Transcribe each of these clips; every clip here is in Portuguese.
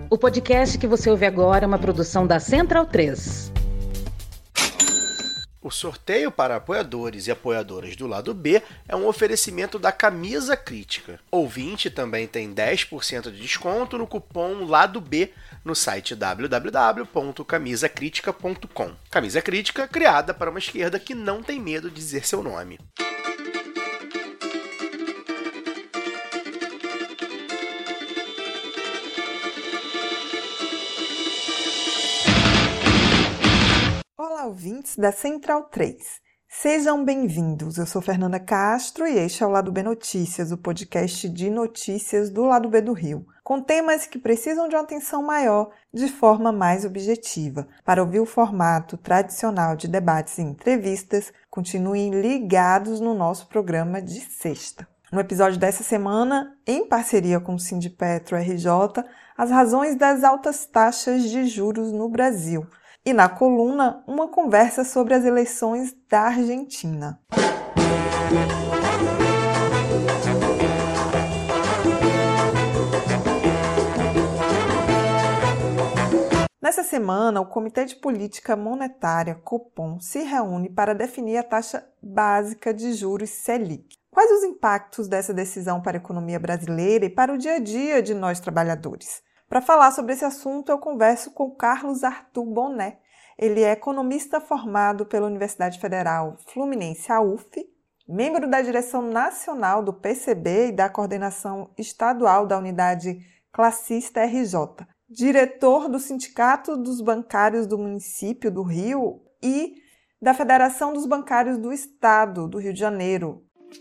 O podcast que você ouve agora é uma produção da Central 3. O sorteio para apoiadores e apoiadoras do lado B é um oferecimento da Camisa Crítica. Ouvinte também tem 10% de desconto no cupom Lado B no site www.camisacritica.com. Camisa Crítica, criada para uma esquerda que não tem medo de dizer seu nome. Olá, ouvintes da Central 3. Sejam bem-vindos. Eu sou Fernanda Castro e este é o Lado B Notícias, o podcast de notícias do Lado B do Rio, com temas que precisam de uma atenção maior de forma mais objetiva. Para ouvir o formato tradicional de debates e entrevistas, continuem ligados no nosso programa de sexta. No episódio dessa semana, em parceria com o Sindipetro RJ, as razões das altas taxas de juros no Brasil. E na coluna, uma conversa sobre as eleições da Argentina. Nessa semana, o Comitê de Política Monetária, Copom, se reúne para definir a taxa básica de juros Selic. Quais os impactos dessa decisão para a economia brasileira e para o dia a dia de nós trabalhadores? Para falar sobre esse assunto, eu converso com Carlos Arthur Boné. Ele é economista formado pela Universidade Federal Fluminense, a UF, membro da direção nacional do PCB e da coordenação estadual da unidade classista RJ, diretor do Sindicato dos Bancários do Município do Rio e da Federação dos Bancários do Estado do Rio de Janeiro.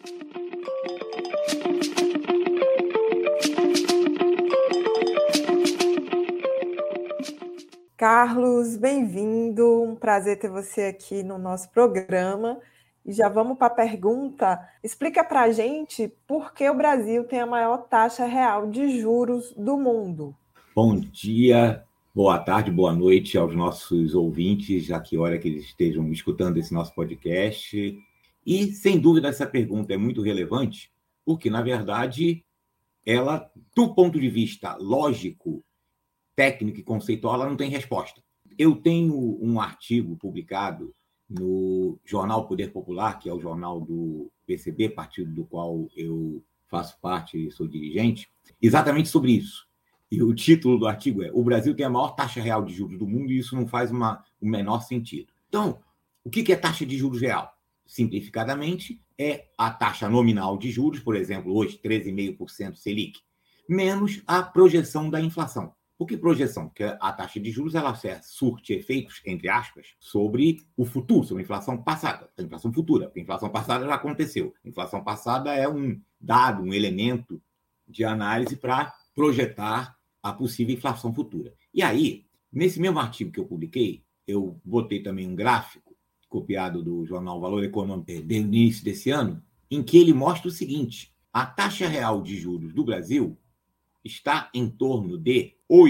Carlos, bem-vindo, um prazer ter você aqui no nosso programa. E já vamos para a pergunta. Explica para a gente por que o Brasil tem a maior taxa real de juros do mundo. Bom dia, boa tarde, boa noite aos nossos ouvintes, a que hora que eles estejam escutando esse nosso podcast. E, sem dúvida, essa pergunta é muito relevante, porque, na verdade, ela, do ponto de vista lógico, técnico e conceitual, ela não tem resposta. Eu tenho um artigo publicado no jornal Poder Popular, que é o jornal do PCB, partido do qual eu faço parte e sou dirigente, exatamente sobre isso. E o título do artigo é: O Brasil tem a maior taxa real de juros do mundo e isso não faz o menor sentido. Então, o que é taxa de juros real? Simplificadamente, é a taxa nominal de juros, por exemplo, hoje 13,5% Selic, menos a projeção da inflação. Por que projeção? Porque a taxa de juros ela surte efeitos, entre aspas, sobre o futuro, sobre a inflação passada, a inflação futura, porque a inflação passada já aconteceu. A inflação passada é um dado, um elemento de análise para projetar a possível inflação futura. E aí, nesse mesmo artigo que eu publiquei, eu botei também um gráfico, copiado do jornal Valor Econômico do início desse ano, em que ele mostra o seguinte: a taxa real de juros do Brasil está em torno de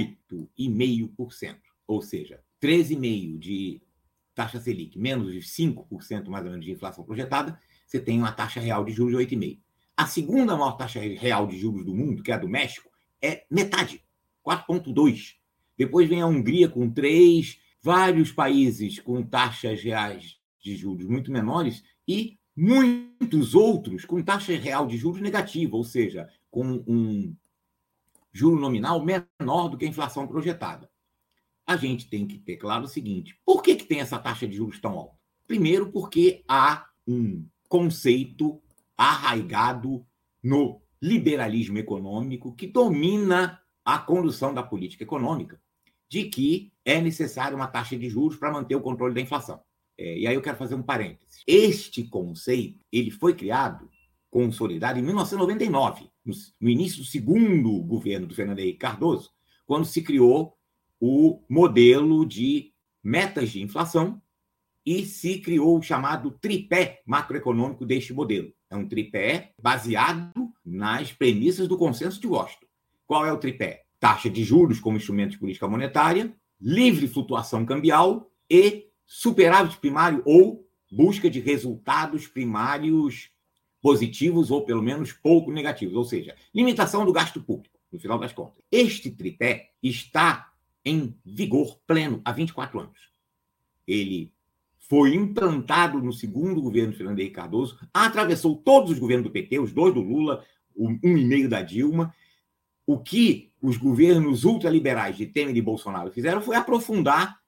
8,5%, ou seja, 13,5% de taxa Selic, menos de 5% mais ou menos de inflação projetada, você tem uma taxa real de juros de 8,5%. A segunda maior taxa real de juros do mundo, que é a do México, é metade, 4,2%. Depois vem a Hungria com 3%, vários países com taxas reais de juros muito menores e muitos outros com taxa real de juros negativa, ou seja, com um juro nominal menor do que a inflação projetada. A gente tem que ter claro o seguinte: por que tem essa taxa de juros tão alta? Primeiro, porque há um conceito arraigado no liberalismo econômico que domina a condução da política econômica, de que é necessário uma taxa de juros para manter o controle da inflação. E aí eu quero fazer um parênteses. Este conceito ele foi criado, consolidado em 1999, no início do segundo governo do Fernando Henrique Cardoso, quando se criou o modelo de metas de inflação e se criou o chamado tripé macroeconômico deste modelo. É um tripé baseado nas premissas do consenso de Washington. Qual é o tripé? Taxa de juros como instrumento de política monetária, livre flutuação cambial e superávit primário ou busca de resultados primários positivos ou, pelo menos, pouco negativos, ou seja, limitação do gasto público. no final das contas. Este tripé está em vigor pleno há 24 anos. Ele foi implantado no segundo governo de Fernando Henrique Cardoso, atravessou todos os governos do PT, os 2 do Lula, o 1,5 da Dilma. O que os governos ultraliberais de Temer e Bolsonaro fizeram foi aprofundar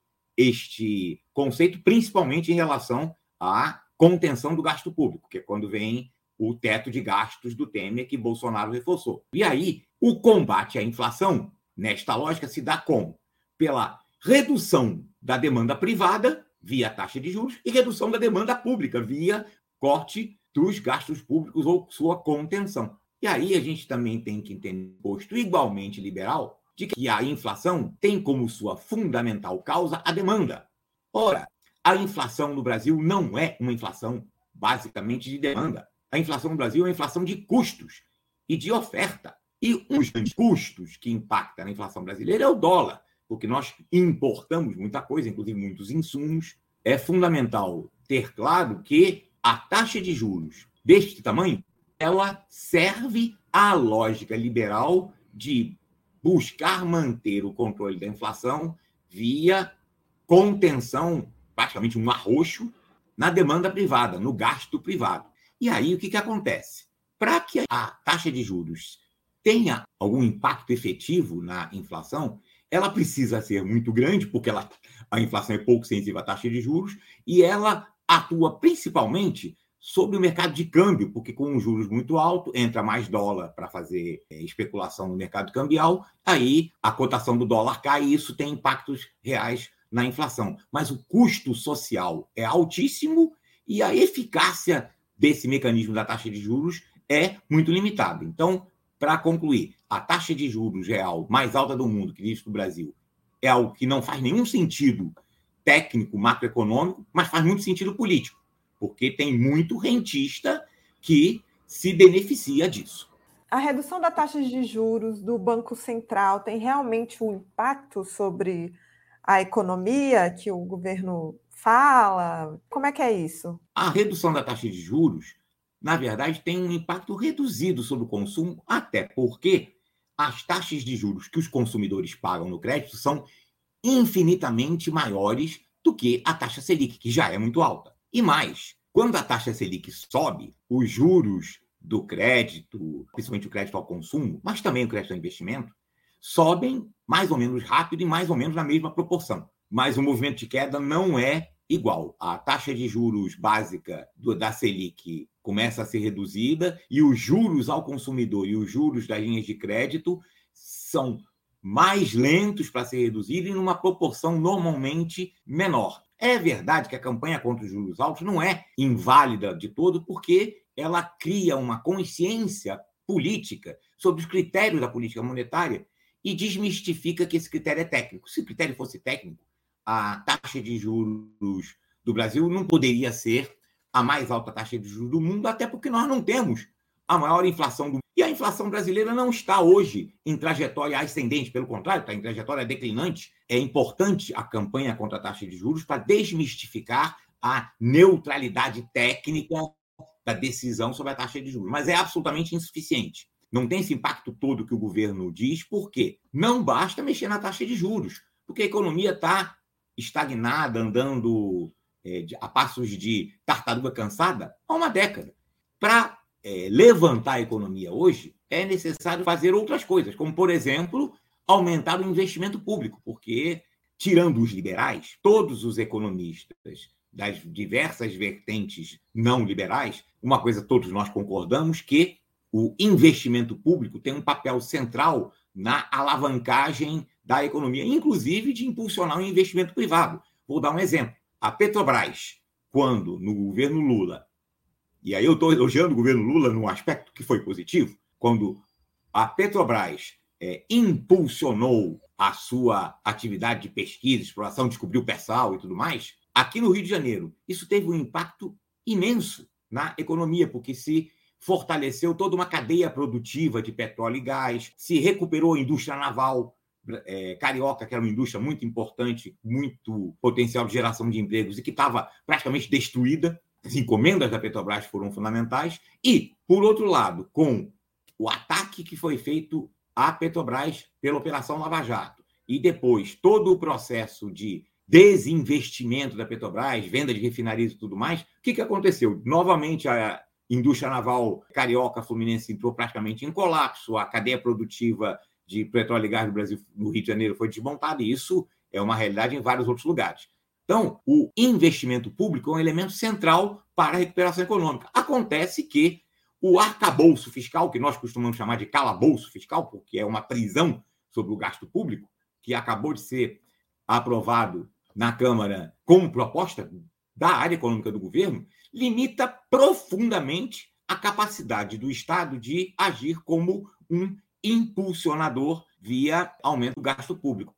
este conceito, principalmente em relação à contenção do gasto público, que é quando vem o teto de gastos do Temer, que Bolsonaro reforçou. E aí, o combate à inflação, nesta lógica, se dá como? Pela redução da demanda privada, via taxa de juros, e redução da demanda pública, via corte dos gastos públicos ou sua contenção. E aí a gente também tem que entender um posto igualmente liberal de que a inflação tem como sua fundamental causa a demanda. Ora, a inflação no Brasil não é uma inflação basicamente de demanda. A inflação no Brasil é uma inflação de custos e de oferta. E um dos grandes custos que impacta na inflação brasileira é o dólar, porque nós importamos muita coisa, inclusive muitos insumos. É fundamental ter claro que a taxa de juros deste tamanho, ela serve à lógica liberal de buscar manter o controle da inflação via contenção, praticamente um arroxo, na demanda privada, no gasto privado. E aí, o que acontece? Para que a taxa de juros tenha algum impacto efetivo na inflação, ela precisa ser muito grande, porque a inflação é pouco sensível à taxa de juros, e ela atua principalmente sobre o mercado de câmbio, porque com os juros muito altos, entra mais dólar para fazer especulação no mercado cambial, aí a cotação do dólar cai e isso tem impactos reais na inflação. Mas o custo social é altíssimo e a eficácia desse mecanismo da taxa de juros é muito limitada. Então, para concluir, a taxa de juros real mais alta do mundo, que existe no Brasil, é algo que não faz nenhum sentido técnico, macroeconômico, mas faz muito sentido político, porque tem muito rentista que se beneficia disso. A redução da taxa de juros do Banco Central tem realmente um impacto sobre a economia que o governo fala? Como é que é isso? A redução da taxa de juros, na verdade, tem um impacto reduzido sobre o consumo, até porque as taxas de juros que os consumidores pagam no crédito são infinitamente maiores do que a taxa Selic, que já é muito alta. E mais, quando a taxa Selic sobe, os juros do crédito, principalmente o crédito ao consumo, mas também o crédito ao investimento, sobem mais ou menos rápido e mais ou menos na mesma proporção. Mas o movimento de queda não é igual. A taxa de juros básica da Selic começa a ser reduzida e os juros ao consumidor e os juros das linhas de crédito são mais lentos para ser reduzidos e numa proporção normalmente menor. É verdade que a campanha contra os juros altos não é inválida de todo, porque ela cria uma consciência política sobre os critérios da política monetária e desmistifica que esse critério é técnico. Se o critério fosse técnico, a taxa de juros do Brasil não poderia ser a mais alta taxa de juros do mundo, até porque nós não temos a maior inflação do mundo. E a inflação brasileira não está hoje em trajetória ascendente, pelo contrário, está em trajetória declinante. É importante a campanha contra a taxa de juros para desmistificar a neutralidade técnica da decisão sobre a taxa de juros, mas é absolutamente insuficiente. Não tem esse impacto todo que o governo diz, porque não basta mexer na taxa de juros, porque a economia está estagnada, andando a passos de tartaruga cansada há uma década. Para levantar a economia hoje, é necessário fazer outras coisas, como, por exemplo, aumentar o investimento público, porque, tirando os liberais, todos os economistas das diversas vertentes não liberais, uma coisa todos nós concordamos, que o investimento público tem um papel central na alavancagem da economia, inclusive de impulsionar o investimento privado. Vou dar um exemplo. A Petrobras, quando no governo Lula, e aí eu estou elogiando o governo Lula num aspecto que foi positivo, quando a Petrobras impulsionou a sua atividade de pesquisa, exploração, descobriu o pré-sal e tudo mais, aqui no Rio de Janeiro, isso teve um impacto imenso na economia, porque se fortaleceu toda uma cadeia produtiva de petróleo e gás, se recuperou a indústria naval carioca, que era uma indústria muito importante, muito potencial de geração de empregos e que estava praticamente destruída. As encomendas da Petrobras foram fundamentais. E, por outro lado, com o ataque que foi feito a Petrobras pela Operação Lava Jato e depois todo o processo de desinvestimento da Petrobras, venda de refinarias e tudo mais, o que aconteceu? Novamente, a indústria naval carioca fluminense entrou praticamente em colapso, a cadeia produtiva de petróleo e gás do Brasil, no Rio de Janeiro, foi desmontada, e isso é uma realidade em vários outros lugares. Então, o investimento público é um elemento central para a recuperação econômica. Acontece que o arcabouço fiscal, que nós costumamos chamar de calabouço fiscal, porque é uma prisão sobre o gasto público, que acabou de ser aprovado na Câmara como proposta da área econômica do governo, limita profundamente a capacidade do Estado de agir como um impulsionador via aumento do gasto público.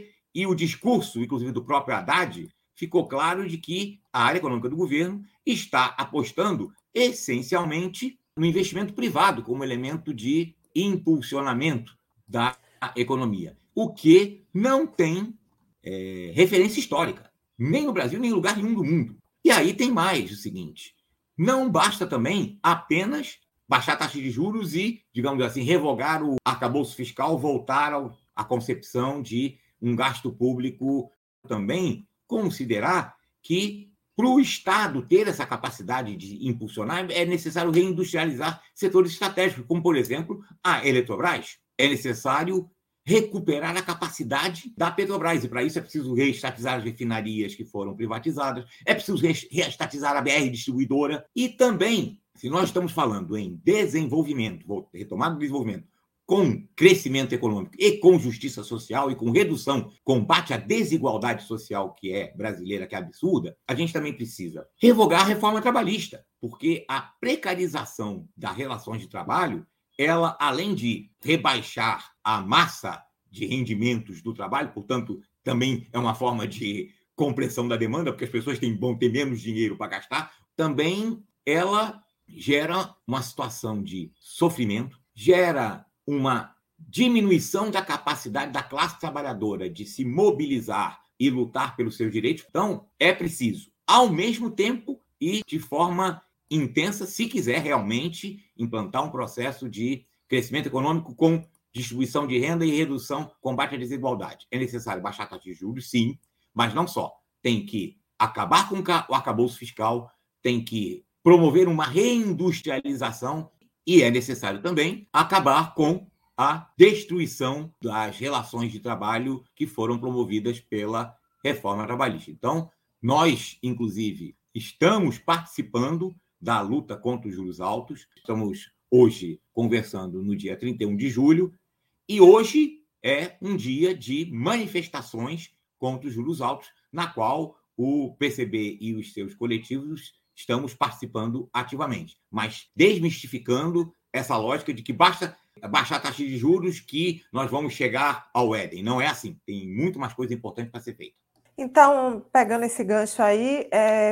E o discurso, inclusive, do próprio Haddad, ficou claro de que a área econômica do governo está apostando essencialmente no investimento privado como elemento de impulsionamento da economia, o que não tem referência histórica, nem no Brasil, nem em lugar nenhum do mundo. E aí tem mais o seguinte, não basta também apenas baixar a taxa de juros e, digamos assim, revogar o arcabouço fiscal, voltar à concepção de um gasto público, também considerar que para o Estado ter essa capacidade de impulsionar, é necessário reindustrializar setores estratégicos, como, por exemplo, a Eletrobras. É necessário recuperar a capacidade da Petrobras, e para isso é preciso reestatizar as refinarias que foram privatizadas, é preciso reestatizar a BR Distribuidora, e também, se nós estamos falando em desenvolvimento, retomada do desenvolvimento, com crescimento econômico e com justiça social e com redução, combate à desigualdade social que é brasileira, que é absurda, a gente também precisa revogar a reforma trabalhista, porque a precarização das relações de trabalho, ela, além de rebaixar a massa de rendimentos do trabalho, portanto, também é uma forma de compressão da demanda, porque as pessoas vão ter menos dinheiro para gastar, também ela gera uma situação de sofrimento, gera uma diminuição da capacidade da classe trabalhadora de se mobilizar e lutar pelos seus direitos. Então, é preciso, ao mesmo tempo e de forma intensa, se quiser realmente implantar um processo de crescimento econômico com distribuição de renda e redução, combate à desigualdade. É necessário baixar a taxa de juros, sim, mas não só. Tem que acabar com o arcabouço fiscal, tem que promover uma reindustrialização e é necessário também acabar com a destruição das relações de trabalho que foram promovidas pela reforma trabalhista. Então, nós, inclusive, estamos participando da luta contra os juros altos. Estamos hoje conversando no dia 31 de julho e hoje é um dia de manifestações contra os juros altos, na qual o PCB e os seus coletivos estamos participando ativamente, mas desmistificando essa lógica de que basta baixar a taxa de juros que nós vamos chegar ao Éden. Não é assim. Tem muito mais coisa importante para ser feita. Então, pegando esse gancho aí,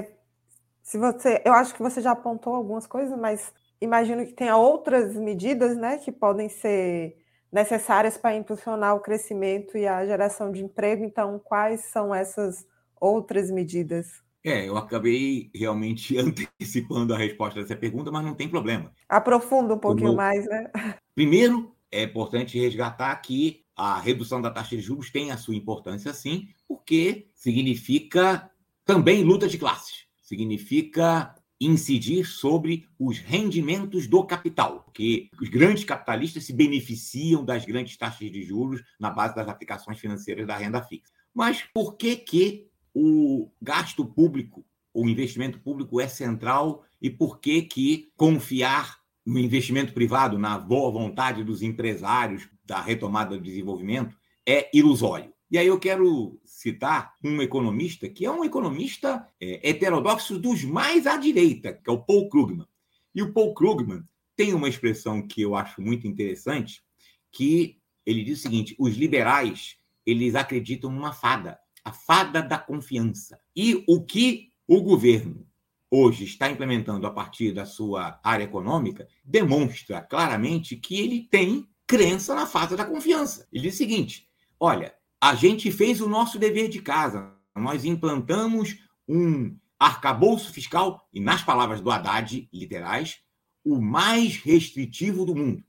eu acho que você já apontou algumas coisas, mas imagino que tenha outras medidas, né, que podem ser necessárias para impulsionar o crescimento e a geração de emprego. Então, quais são essas outras medidas? Eu acabei realmente antecipando a resposta dessa pergunta, mas não tem problema. Aprofunda um pouquinho mais, né? Primeiro, é importante resgatar que a redução da taxa de juros tem a sua importância, sim, porque significa também luta de classes, significa incidir sobre os rendimentos do capital, porque os grandes capitalistas se beneficiam das grandes taxas de juros na base das aplicações financeiras da renda fixa. Mas por que o gasto público, o investimento público é central e por que confiar no investimento privado, na boa vontade dos empresários da retomada do desenvolvimento é ilusório? E aí eu quero citar um economista que é um economista heterodoxo dos mais à direita, que é o Paul Krugman. E o Paul Krugman tem uma expressão que eu acho muito interessante, que ele diz o seguinte: os liberais, eles acreditam numa fada, a fada da confiança. E o que o governo hoje está implementando a partir da sua área econômica demonstra claramente que ele tem crença na fada da confiança. Ele diz o seguinte: olha, a gente fez o nosso dever de casa, nós implantamos um arcabouço fiscal, e nas palavras do Haddad, literais, o mais restritivo do mundo.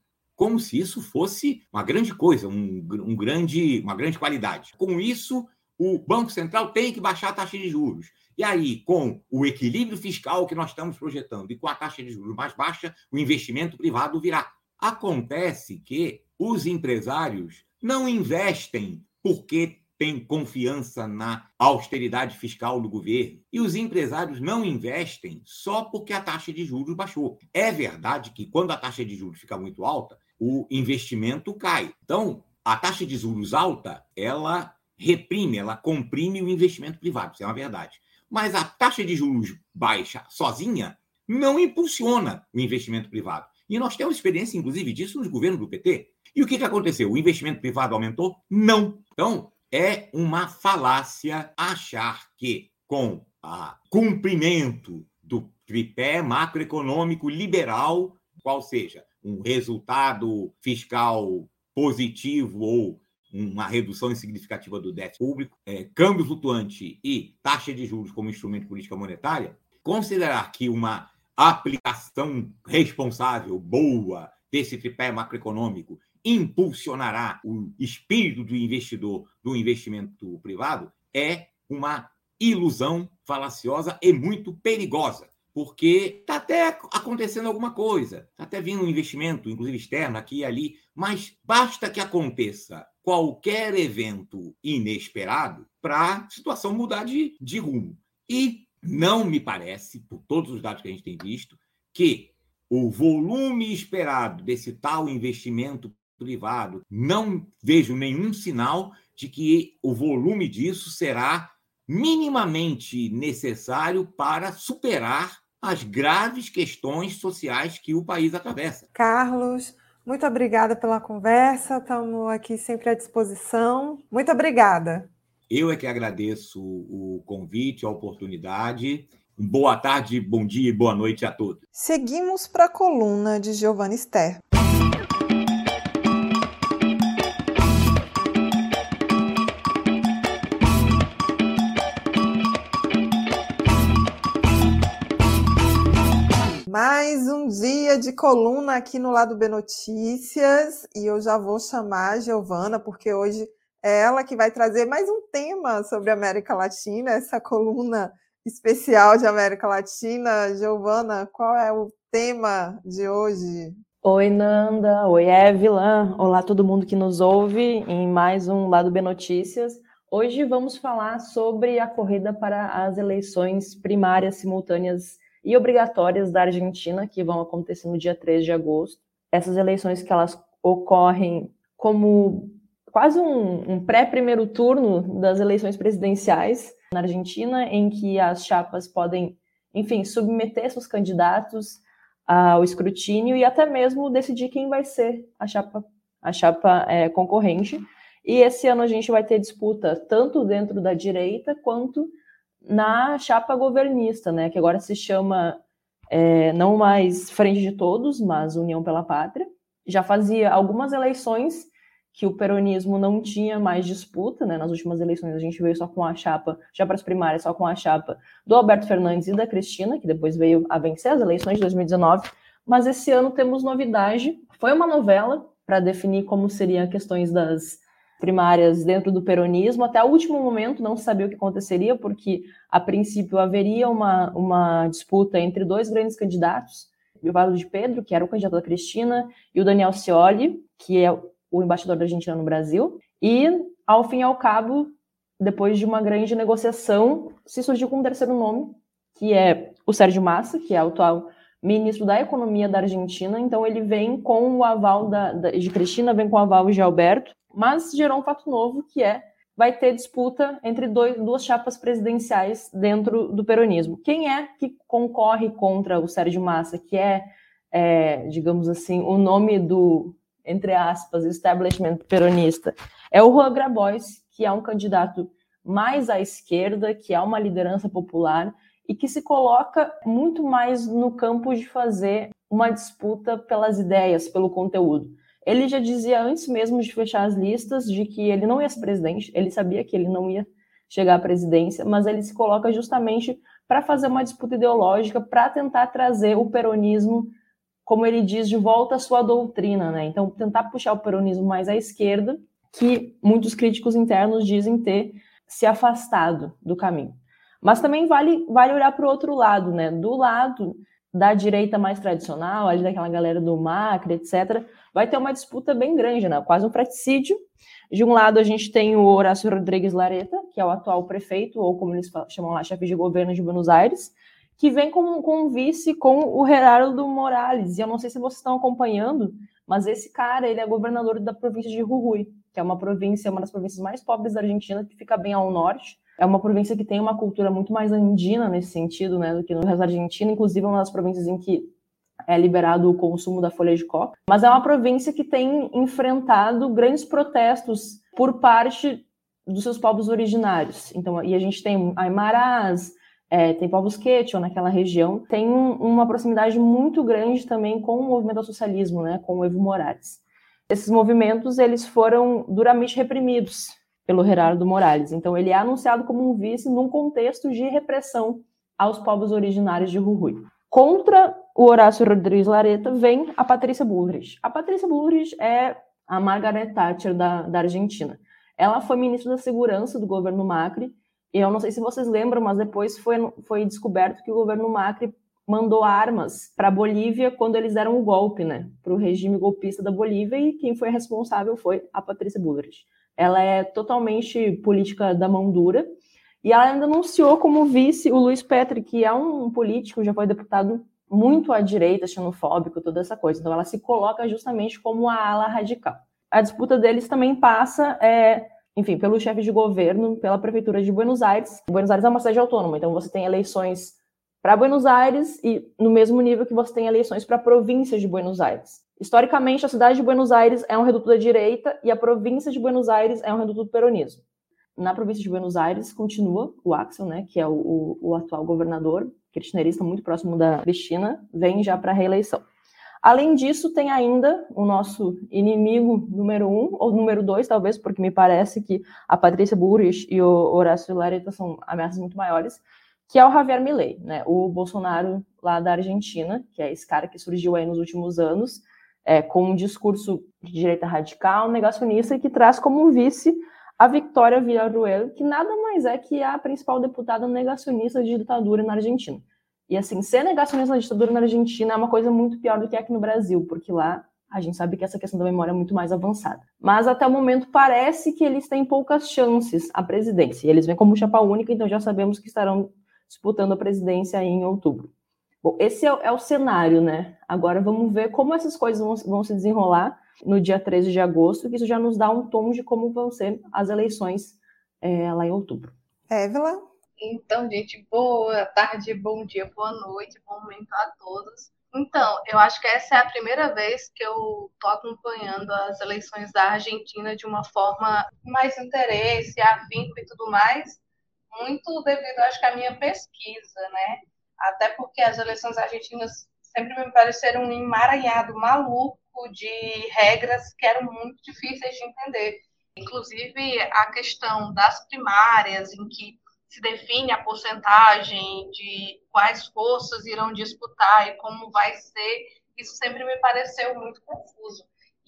como se isso fosse uma grande coisa, uma grande qualidade. Com isso, o Banco Central tem que baixar a taxa de juros. E aí, com o equilíbrio fiscal que nós estamos projetando e com a taxa de juros mais baixa, o investimento privado virá. Acontece que os empresários não investem porque têm confiança na austeridade fiscal do governo. E os empresários não investem só porque a taxa de juros baixou. É verdade que quando a taxa de juros fica muito alta, o investimento cai. Então, a taxa de juros alta, ela reprime, ela comprime o investimento privado, isso é uma verdade. Mas a taxa de juros baixa sozinha não impulsiona o investimento privado. E nós temos experiência, inclusive, disso nos governos do PT. E o que aconteceu? O investimento privado aumentou? Não. Então, é uma falácia achar que, com o cumprimento do tripé macroeconômico liberal, qual seja um resultado fiscal positivo ou uma redução significativa do déficit público, câmbio flutuante e taxa de juros como instrumento de política monetária, considerar que uma aplicação responsável, boa, desse tripé macroeconômico impulsionará o espírito do investidor do investimento privado é uma ilusão falaciosa e muito perigosa, porque está até acontecendo alguma coisa, está até vindo um investimento, inclusive externo, aqui e ali, mas basta que aconteça qualquer evento inesperado para a situação mudar de rumo. E não me parece, por todos os dados que a gente tem visto, que o volume esperado desse tal investimento privado, não vejo nenhum sinal de que o volume disso será minimamente necessário para superar as graves questões sociais que o país atravessa. Carlos, muito obrigada pela conversa, estamos aqui sempre à disposição. Muito obrigada. Eu é que agradeço o convite, a oportunidade. Boa tarde, bom dia e boa noite a todos. Seguimos para a coluna de Giovanna Ster. Mais um dia de coluna aqui no Lado B Notícias e eu já vou chamar a Giovanna porque hoje é ela que vai trazer mais um tema sobre a América Latina, essa coluna especial de América Latina. Giovanna, qual é o tema de hoje? Oi, Nanda. Oi, Evelyn. Olá, todo mundo que nos ouve em mais um Lado B Notícias. Hoje vamos falar sobre a corrida para as eleições primárias, simultâneas e obrigatórias da Argentina, que vão acontecer no dia 3 de agosto. Essas eleições que elas ocorrem como quase um pré-primeiro turno das eleições presidenciais na Argentina, em que as chapas podem, enfim, submeter seus candidatos ao escrutínio e até mesmo decidir quem vai ser a chapa concorrente. E esse ano a gente vai ter disputa tanto dentro da direita quanto na chapa governista, né, que agora se chama não mais Frente de Todos, mas União pela Pátria. Já fazia algumas eleições que o peronismo não tinha mais disputa, né? Nas últimas eleições a gente veio só com a chapa, já para as primárias, só com a chapa do Alberto Fernandes e da Cristina, que depois veio a vencer as eleições de 2019, mas esse ano temos novidade. Foi uma novela para definir como seriam questões das primárias dentro do peronismo. Até o último momento não se sabia o que aconteceria, porque a princípio haveria uma disputa entre dois grandes candidatos, o Osvaldo de Pedro, que era o candidato da Cristina, e o Daniel Scioli, que é o embaixador da Argentina no Brasil. E, ao fim e ao cabo, depois de uma grande negociação, se surgiu com um terceiro nome, que é o Sérgio Massa, que é o atual ministro da Economia da Argentina. Então ele vem com o aval de Cristina, vem com o aval de Alberto, mas gerou um fato novo, que vai ter disputa entre duas chapas presidenciais dentro do peronismo. Quem é que concorre contra o Sérgio Massa, que digamos assim, o nome do, entre aspas, establishment peronista? É o Juan Grabois, que é um candidato mais à esquerda, que é uma liderança popular e que se coloca muito mais no campo de fazer uma disputa pelas ideias, pelo conteúdo. Ele já dizia antes mesmo de fechar as listas de que ele não ia ser presidente, ele sabia que ele não ia chegar à presidência, mas ele se coloca justamente para fazer uma disputa ideológica, para tentar trazer o peronismo como ele diz, de volta à sua doutrina, né? Então, tentar puxar o peronismo mais à esquerda, que muitos críticos internos dizem ter se afastado do caminho. Mas também vale olhar para o outro lado, né? Do lado da direita mais tradicional, ali daquela galera do Macri, etc., vai ter uma disputa bem grande, né? Quase um fratricídio. De um lado, a gente tem o Horácio Rodrigues Larreta, que é o atual prefeito, ou como eles chamam lá, chefe de governo de Buenos Aires, que vem com um vice com o Gerardo Morales. E eu não sei se vocês estão acompanhando, mas esse cara, ele é governador da província de Jujuy, que é uma das províncias mais pobres da Argentina, que fica bem ao norte. É uma província que tem uma cultura muito mais andina nesse sentido, né, do que no resto da Argentina. Inclusive, é uma das províncias em que é liberado o consumo da folha de coca. Mas é uma província que tem enfrentado grandes protestos por parte dos seus povos originários. Então, e a gente tem aimarás, tem povos quechua naquela região. Tem uma proximidade muito grande também com o movimento ao socialismo, né, com o Evo Morales. Esses movimentos, eles foram duramente reprimidos pelo Gerardo Morales. Então, ele é anunciado como um vice num contexto de repressão aos povos originários de Jujuy. Contra o Horácio Rodrigues Larreta vem a Patrícia Bullrich. A Patrícia Bullrich é a Margaret Thatcher da Argentina. Ela foi ministra da Segurança do governo Macri, e eu não sei se vocês lembram, mas depois foi descoberto que o governo Macri mandou armas para a Bolívia quando eles deram o golpe, né, para o regime golpista da Bolívia, e quem foi responsável foi a Patrícia Bullrich. Ela é totalmente política da mão dura, e ela ainda anunciou como vice o Luiz Petri, que é um político, já foi deputado muito à direita, xenofóbico, toda essa coisa. Então ela se coloca justamente como a ala radical. A disputa deles também passa, enfim, pelo chefe de governo, pela prefeitura de Buenos Aires. Buenos Aires é uma cidade autônoma, então você tem eleições para Buenos Aires e no mesmo nível que você tem eleições para a província de Buenos Aires. Historicamente, a cidade de Buenos Aires é um reduto da direita e a província de Buenos Aires é um reduto do peronismo. Na província de Buenos Aires continua o Axel, né, que é o atual governador, kirchnerista, muito próximo da Cristina, vem já para a reeleição. Além disso, tem ainda o nosso inimigo número 1, ou número 2, talvez, porque me parece que a Patrícia Bullrich e o Horácio Larreta são ameaças muito maiores, que é o Javier Milei, né, o Bolsonaro lá da Argentina, que é esse cara que surgiu aí nos últimos anos, com um discurso de direita radical, negacionista, e que traz como vice a Victoria Villarruel, que nada mais é que a principal deputada negacionista de ditadura na Argentina. E assim, ser negacionista da ditadura na Argentina é uma coisa muito pior do que aqui no Brasil, porque lá a gente sabe que essa questão da memória é muito mais avançada. Mas até o momento parece que eles têm poucas chances à presidência. E eles vêm como chapa única, então já sabemos que estarão disputando a presidência em outubro. Bom, esse é o cenário, né? Agora vamos ver como essas coisas vão se desenrolar no dia 13 de agosto, que isso já nos dá um tom de como vão ser as eleições lá em outubro. Évila? Então, gente, boa tarde, bom dia, boa noite, bom momento a todos. Então, eu acho que essa é a primeira vez que eu estou acompanhando as eleições da Argentina de uma forma com mais interesse, afinco e tudo mais, muito devido, acho que, à minha pesquisa, né? Até porque as eleições argentinas sempre me pareceram um emaranhado maluco de regras que eram muito difíceis de entender. Inclusive, a questão das primárias, em que se define a porcentagem de quais forças irão disputar e como vai ser, isso sempre me pareceu muito confuso.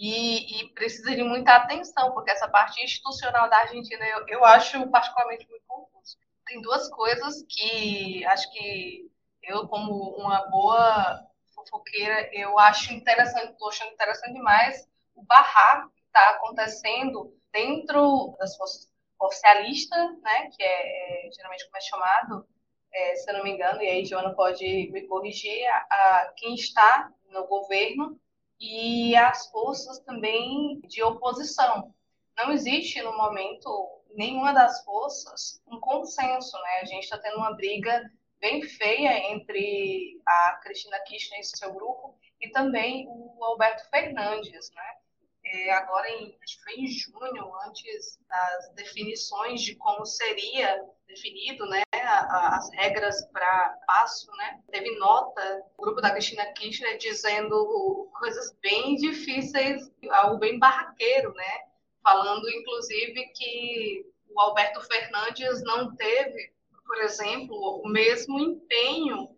E precisa de muita atenção, porque essa parte institucional da Argentina eu acho particularmente muito confuso. Tem duas coisas que acho que eu, como uma boa fofoqueira, eu acho interessante, estou achando interessante demais o barraco que está acontecendo dentro das forças oficialistas, né, que é geralmente como é chamado, se eu não me engano, e aí Joana pode me corrigir, quem está no governo e as forças também de oposição. Não existe, no momento, nenhuma das forças um consenso, né? A gente está tendo uma briga bem feia entre a Cristina Kirchner e seu grupo e também o Alberto Fernandes, né? Agora, acho que foi em junho, antes das definições de como seria definido, né, as regras para passo, né, teve nota do grupo da Cristina Kirchner dizendo coisas bem difíceis, algo bem barraqueiro, né, falando, inclusive, que o Alberto Fernandes não teve, por exemplo, o mesmo empenho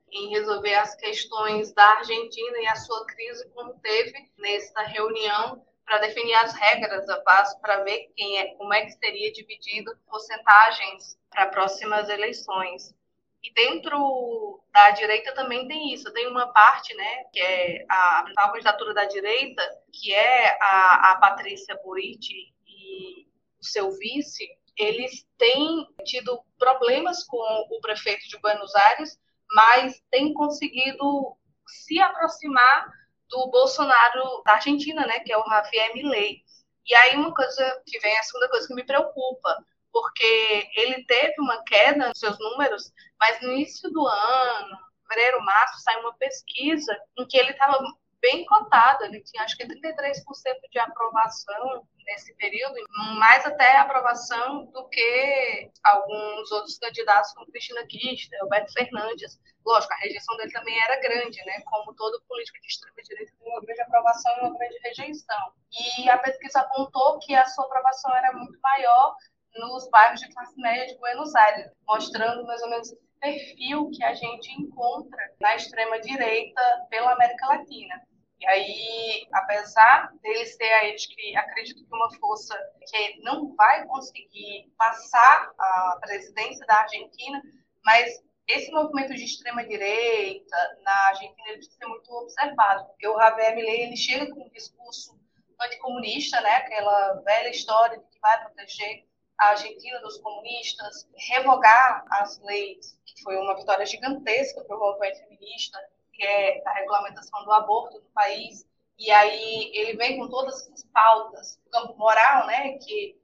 em resolver as questões da Argentina e a sua crise, como teve nesta reunião, para definir as regras da paz, para ver como é que seria dividido porcentagens para próximas eleições. E dentro da direita também tem isso, tem uma parte, né, que é a candidatura da direita, que é a Patrícia Burit e o seu vice. Eles têm tido problemas com o prefeito de Buenos Aires, mas têm conseguido se aproximar do Bolsonaro da Argentina, né, que é o Javier Milei. E aí uma coisa que vem, a segunda coisa que me preocupa, porque ele teve uma queda nos seus números, mas no início do ano, fevereiro, março, saiu uma pesquisa em que ele estava bem cotado, ele tinha acho que 33% de aprovação nesse período, mais até aprovação do que alguns outros candidatos como Cristina Kirchner, Alberto Fernandes. Lógico, a rejeição dele também era grande, né? Como todo político de extrema-direita tem uma grande aprovação e uma grande rejeição. E a pesquisa apontou que a sua aprovação era muito maior nos bairros de classe média de Buenos Aires, mostrando mais ou menos esse perfil que a gente encontra na extrema-direita pela América Latina. E aí, apesar dele ser aí, acredito que uma força que não vai conseguir passar a presidência da Argentina, mas esse movimento de extrema-direita na Argentina ele precisa ser muito observado, porque o Javier Milei ele chega com um discurso anticomunista, né, aquela velha história de que vai proteger a Argentina dos comunistas, revogar as leis, que foi uma vitória gigantesca para o movimento feminista, que é a regulamentação do aborto no país, e aí ele vem com todas essas pautas do campo moral, né,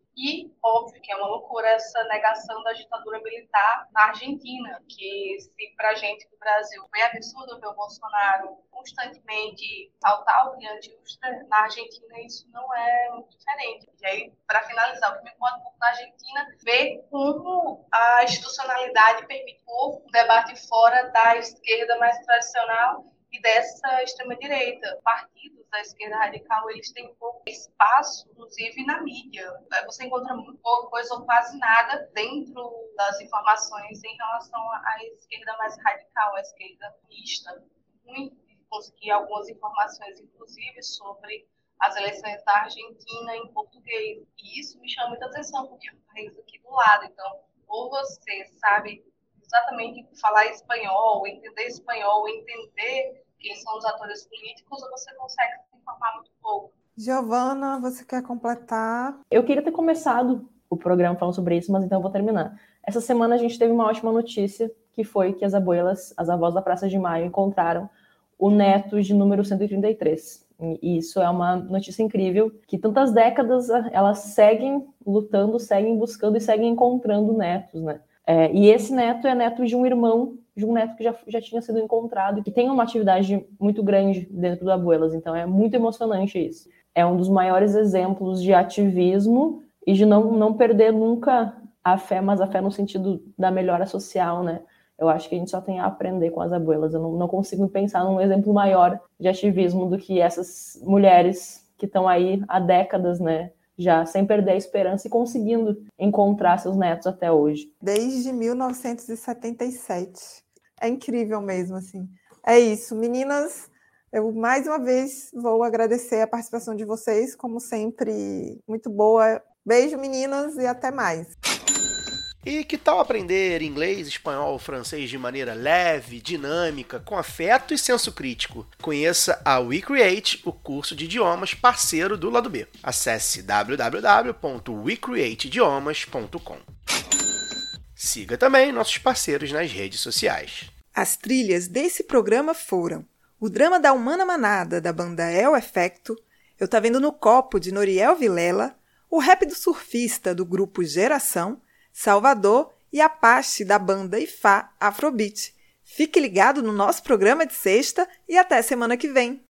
e óbvio que é uma loucura essa negação da ditadura militar na Argentina, que se pra gente do Brasil foi absurdo ver o Bolsonaro constantemente saltar o brilhante na Argentina, isso não é muito diferente. E aí, para finalizar, o que me importa um pouco na Argentina, ver como a institucionalidade permite o debate fora da esquerda mais tradicional e dessa extrema-direita. Partidos da esquerda radical, eles têm pouco espaço, inclusive na mídia. Você encontra muito pouca coisa ou quase nada dentro das informações em relação à esquerda mais radical, à esquerda mista. Muito conseguir algumas informações, inclusive, sobre as eleições da Argentina em português. E isso me chama muita atenção, porque é um país aqui do lado. Então, ou você sabe exatamente falar espanhol, entender quem são os atores políticos, ou você consegue se informar muito pouco. Giovana, você quer completar? Eu queria ter começado o programa falando sobre isso, mas então eu vou terminar. Essa semana a gente teve uma ótima notícia, que foi que as abuelas, as avós da Praça de Maio, encontraram o neto de número 133. E isso é uma notícia incrível, que tantas décadas elas seguem lutando, seguem buscando e seguem encontrando netos, né? E esse neto é neto de um irmão, de um neto que já tinha sido encontrado e que tem uma atividade muito grande dentro do Abuelas, então é muito emocionante isso. É um dos maiores exemplos de ativismo e de não perder nunca a fé, mas a fé no sentido da melhora social, né? Eu acho que a gente só tem a aprender com as abuelas. Eu não consigo pensar num exemplo maior de ativismo do que essas mulheres que estão aí há décadas, né? Já sem perder a esperança e conseguindo encontrar seus netos até hoje. Desde 1977. É incrível mesmo, assim. É isso, meninas. Eu, mais uma vez, vou agradecer a participação de vocês, como sempre, muito boa. Beijo, meninas, e até mais. E que tal aprender inglês, espanhol, francês de maneira leve, dinâmica, com afeto e senso crítico? Conheça a WeCreate, o curso de idiomas parceiro do Lado B. Acesse www.wecreateidiomas.com. Siga também nossos parceiros nas redes sociais. As trilhas desse programa foram o drama da Humana Manada, da banda El Efecto, Eu Tá Vendo no Copo, de Noriel Vilela, o rap do surfista, do grupo Geração, Salvador e Apache, da banda Ifá Afrobeat. Fique ligado no nosso programa de sexta e até semana que vem.